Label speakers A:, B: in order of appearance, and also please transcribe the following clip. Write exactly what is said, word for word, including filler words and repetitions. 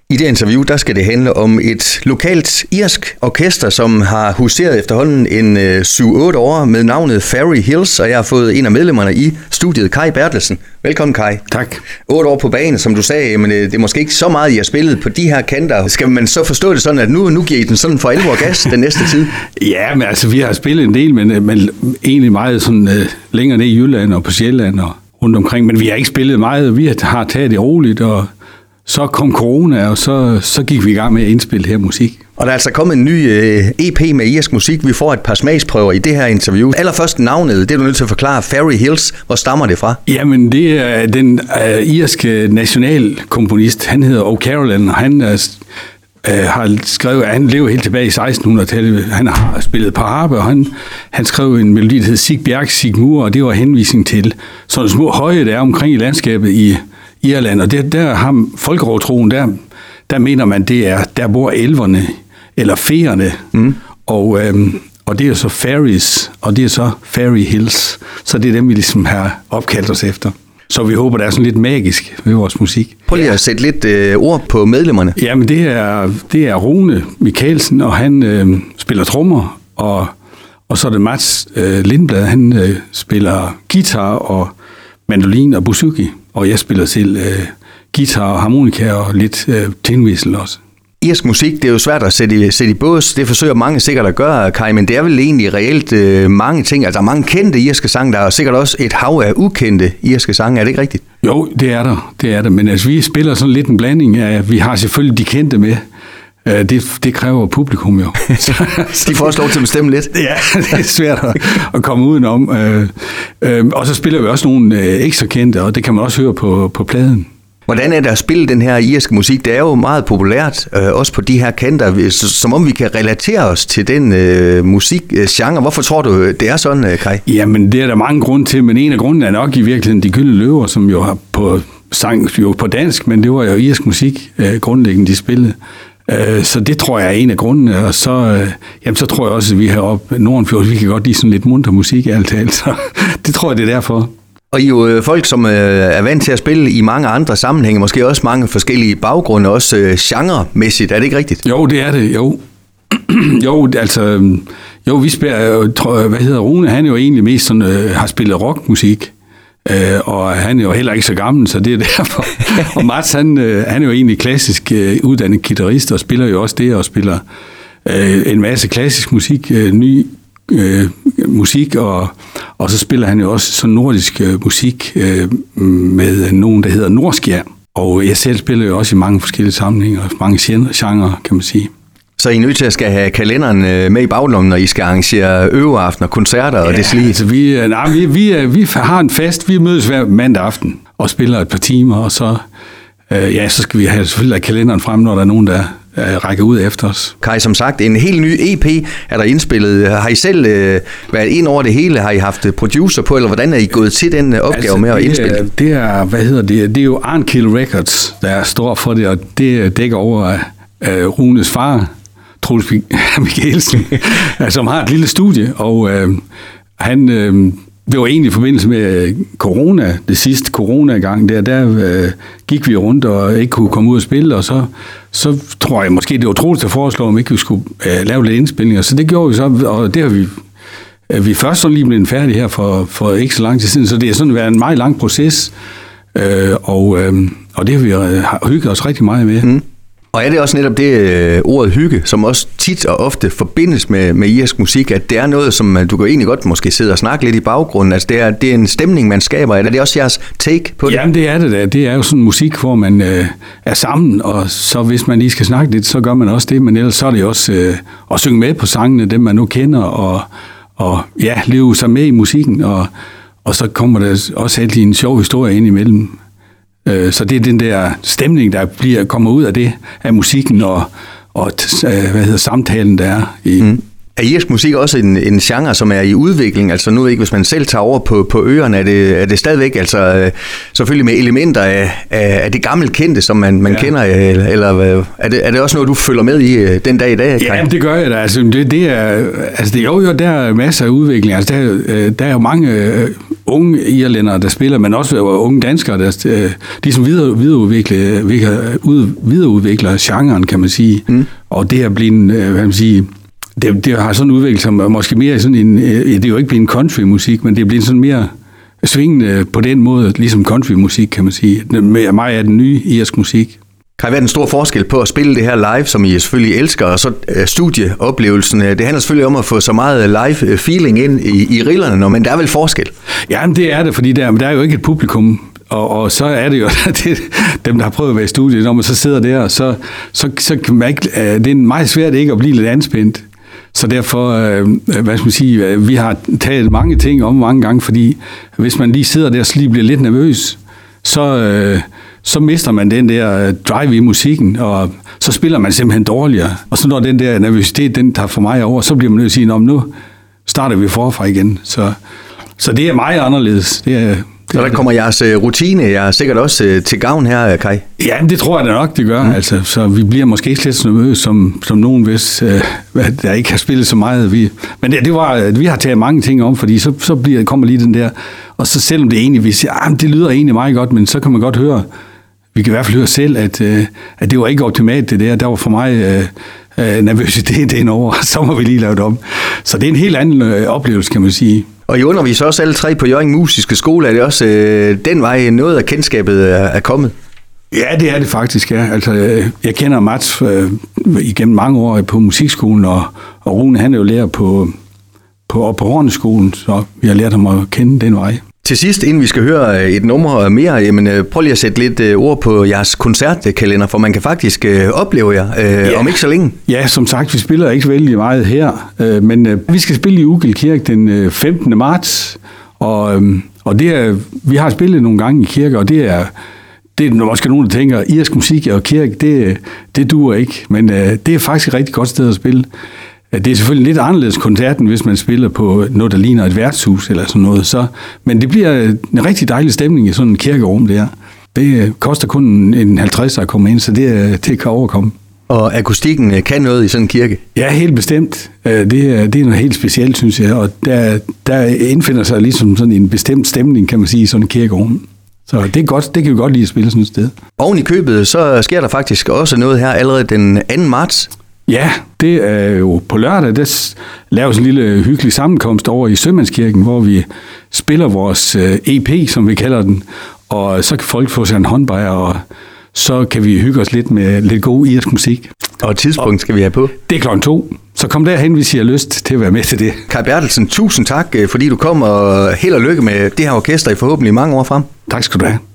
A: I det interview, der skal det handle om et lokalt irsk orkester, som har huseret efterhånden en øh, syv otte år med navnet Fairy Hills, og jeg har fået en af medlemmerne i studiet, Kai Bertelsen. Velkommen, Kai.
B: Tak.
A: otte år på banen, som du sagde, men det er måske ikke så meget, I har spillet på de her kanter. Skal man så forstå det sådan, at nu, nu giver I den sådan for alvor gas den næste tid?
B: Ja, men altså, vi har spillet en del, men, men egentlig meget sådan øh, længere ned i Jylland og på Sjælland og rundt omkring, men vi har ikke spillet meget. Vi har taget det roligt, og så kom corona, og så, så gik vi i gang med at indspille her musik. Og
A: der er altså kommet en ny øh, E P med irsk musik. Vi får et par smagsprøver i det her interview. Allerførst navnet, det er du nødt til at forklare. Fairy Hills, hvor stammer det fra?
B: Jamen, det er den øh, irske nationalkomponist, han hedder O'Carolan, og han øh, har skrevet, han lever helt tilbage i sekstenhundredetallet. Han har spillet på harpe, og han, han skrev en melodi, der hed Sig Bjerg, Sig Mur, og det var henvisning til sådan små høje, der er omkring i landskabet i Irland, og der, der har folkeovertroen, der, der mener man, det er, der bor elverne, eller feerne, mm. og, øhm, og det er så fairies, og det er så Fairy Hills, så det er dem, vi ligesom har opkaldt os efter. Så vi håber, der er sådan lidt magisk ved vores musik.
A: Prøv lige at sætte lidt øh, ord på medlemmerne.
B: Jamen, det er, det er Rune Mikkelsen, og han øh, spiller trommer, og, og så er det Mats øh, Lindblad, han øh, spiller guitar og mandolin og bouzouki. Og jeg spiller selv øh, guitar og harmonika og lidt øh, tinwhistle også.
A: Irsk musik, det er jo svært at sætte i, sætte i bås. Det forsøger mange sikkert at gøre, Kai, men det er vel egentlig reelt øh, mange ting. Altså, der er mange kendte irske sange, der er sikkert også et hav af ukendte irske sange. Er det ikke rigtigt?
B: Jo, det er der. Det er der. Men altså, vi spiller sådan lidt en blanding af, vi har selvfølgelig de kendte med. Det, det kræver publikum jo.
A: De får også lov til at bestemme lidt.
B: Ja, det er svært at, at komme udenom. Øh, øh, og så spiller vi også nogle øh, ekstra kendte, og det kan man også høre på, på pladen.
A: Hvordan er det at spille den her irske musik? Det er jo meget populært, øh, også på de her kanter, som om vi kan relatere os til den øh, musikgenre. Hvorfor tror du, det er sådan, øh, Kai?
B: Jamen, det er der mange grunde til, men en af grundene er nok i virkeligheden De Gyldne Løver, som jo har på sang jo på dansk, men det var jo irsk musik øh, grundlæggende, de spillede. Så det tror jeg er en af grundene, og så, jamen, så tror jeg også, at vi heroppe Nordenfjord, vi kan godt lide sådan lidt munter musik i alt talt, så det tror jeg, det er derfor.
A: Og I er jo folk, som er vant til at spille i mange andre sammenhænge, måske også mange forskellige baggrunde, også genremæssigt, er det ikke rigtigt?
B: Jo, det er det, jo. jo, altså, jo, vi spiller, tror, hvad hedder Rune, han er jo egentlig mest sådan, øh, har spillet rockmusik. Øh, og han er jo heller ikke så gammel, så det er derfor. Og Mats, han, øh, han er jo egentlig klassisk øh, uddannet guitarist, og spiller jo også det, og spiller øh, en masse klassisk musik, øh, ny øh, musik, og, og så spiller han jo også sådan nordisk øh, musik øh, med nogen, der hedder Norskjær. Og jeg selv spiller jo også i mange forskellige sammenhænge, og mange genrer, kan man sige.
A: Så I er nødt til at skal have kalenderen med i baglommen, når I skal arrangere øveaftener, koncerter og ja, det slige?
B: Altså vi, nej, vi, vi, vi har en fest. Vi mødes hver mandag aften og spiller et par timer, og så, øh, ja, så skal vi have selvfølgelig kalenderen frem, når der er nogen, der øh, rækker ud efter os. Kai,
A: som sagt, en helt ny E P er der indspillet. Har I selv øh, været ind over det hele? Har I haft producer på, eller hvordan er I gået til den opgave altså, med at indspille?
B: Det, det er, hvad hedder det? Det er jo Arnkill Records, der står for det, og det dækker over øh, Runes far, Troels Mikkelsen, som har et lille studie, og øh, han, øh, det var egentlig i forbindelse med corona, det sidste corona-gang, der, der øh, gik vi rundt og ikke kunne komme ud og spille, og så, så tror jeg måske, det var Troels, der foreslår, om ikke vi skulle øh, lave lidt indspilninger, så det gjorde vi så, og det har vi, øh, vi først så lige blevet færdige her for, for ikke så lang tid siden, så det har sådan været en meget lang proces, øh, og, øh, og det har vi øh, hygget os rigtig meget med. Mm.
A: Og er det også netop det øh, ordet hygge, som også tit og ofte forbindes med, med irsk musik, at det er noget, som du kan egentlig godt måske sidde og snakke lidt i baggrunden, altså det er, det er en stemning, man skaber, er det også jeres take på det?
B: Jamen det er det da, det er jo sådan musik, hvor man øh, er sammen, og så hvis man lige skal snakke lidt, så gør man også det, men ellers så er det også øh, at synge med på sangene, dem man nu kender, og, og ja, leve sig med i musikken, og, og så kommer der også altid en sjov historie ind imellem. Så det er den der stemning, der bliver, kommer ud af det, af musikken og, og hvad hedder, samtalen, der er i, mm.
A: Er irsk musik også en, en genre, som er i udvikling? Altså nu ikke, hvis man selv tager over på, på øerne, er det, er det stadigvæk altså øh, selvfølgelig med elementer af, af, af det gamle kendte, som man, man ja. kender, eller er det, er det også noget, du følger med i øh, den dag i dag?
B: Ja, det gør jeg da. Altså, det, det er, altså det, jo, jo, der er masser af udvikling. Altså, der, øh, der er jo mange øh, unge irlændere, der spiller, men også unge danskere, der, øh, de som videre, videreudvikler, videreudvikler genren, kan man sige. Mm. Og det er blevet, øh, hvad man siger, Det, det har sådan en udvikling, som måske mere sådan en, det er jo ikke blevet en countrymusik, men det er blevet sådan mere svingende på den måde, ligesom countrymusik, kan man sige. Meget af den nye irsk musik.
A: Kan der være en stor forskel på at spille det her live, som I selvfølgelig elsker, og så studieoplevelsen? Det handler selvfølgelig om at få så meget live feeling ind i, i rillerne, men der er vel forskel?
B: Ja, men det er det, fordi der, der er jo ikke et publikum. Og, og så er det jo det, dem, der har prøvet at være i studiet, når man så sidder der, så, så, så kan man ikke, det er meget svært ikke at blive lidt anspændt. Så derfor, øh, hvad skal man sige, vi har taget mange ting om mange gange, fordi hvis man lige sidder der og lige bliver lidt nervøs, så, øh, så mister man den der drive i musikken, og så spiller man simpelthen dårligere. Og så når den der nervøsitet, den tager for mig over, så bliver man nødt til at sige, nu starter vi forfra igen. Så, så det er meget anderledes. Det er,
A: Så der kommer jeres rutine, jeg er sikkert også til gavn her, Kai?
B: Ja, det tror jeg da nok, det gør. Mm. Altså, så vi bliver måske ikke slet så nervøse som, som nogen, hvis øh, der ikke har spillet så meget. Vi, men det, det var, vi har taget mange ting om, fordi så, så bliver, kommer lige den der, og så selvom det egentlig, vi siger, ah, det lyder egentlig meget godt, men så kan man godt høre, vi kan i hvert fald høre selv, at, øh, at det var ikke optimalt det der. Der var for mig øh, øh, nervøsitet indover, så må vi lige lave det om. Så det er en helt anden øh, oplevelse, kan man sige.
A: Og I underviser også alle tre på Hjørring Musiske Skole. Er det også øh, den vej, noget af kendskabet er, er kommet?
B: Ja, det er det faktisk, ja. Altså, jeg kender Mats øh, igennem mange år på musikskolen, og, og Rune, han er jo lærer på, på, på Horneskolen, så vi har lært ham at kende den vej.
A: Til sidst, inden vi skal høre et nummer mere, jamen, prøv lige at sætte lidt ord på jeres koncertkalender, for man kan faktisk opleve jer øh, ja. om ikke så længe.
B: Ja, som sagt, vi spiller ikke så vældig meget her, øh, men øh, vi skal spille i Uggild Kirke den femtende marts, og, øh, og det er, vi har spillet nogle gange i kirke, og det er, det er måske nogen, der tænker, irsk musik og kirke, det, det duer ikke, men øh, det er faktisk et rigtig godt sted at spille. Det er selvfølgelig lidt anderledes koncerten, hvis man spiller på noget, der ligner et værtshus eller sådan noget. Så, men det bliver en rigtig dejlig stemning i sådan en kirkerum der. Det koster kun en halvtreds at komme ind, så det, det kan overkomme.
A: Og akustikken kan noget i sådan en kirke?
B: Ja, helt bestemt. Det er, det er noget helt specielt, synes jeg. Og der, der indfinder sig ligesom sådan en bestemt stemning, kan man sige, i sådan en kirkerum. Så det er godt, det kan vi godt lide at spille sådan et sted.
A: Oven i købet, så sker der faktisk også noget her allerede den anden marts.
B: Ja, det er jo på lørdag, der laves en lille hyggelig sammenkomst over i Sømandskirken, hvor vi spiller vores E P, som vi kalder den, og så kan folk få sig en håndbajer, og så kan vi hygge os lidt med lidt god irsk musik.
A: Og et tidspunkt skal vi have på?
B: Det er klokken to, så kom derhen, hvis I har lyst til at være med til det.
A: Kai Bertelsen, tusind tak, fordi du kom, og held og lykke med det her orkester i forhåbentlig mange år frem.
B: Tak skal du have.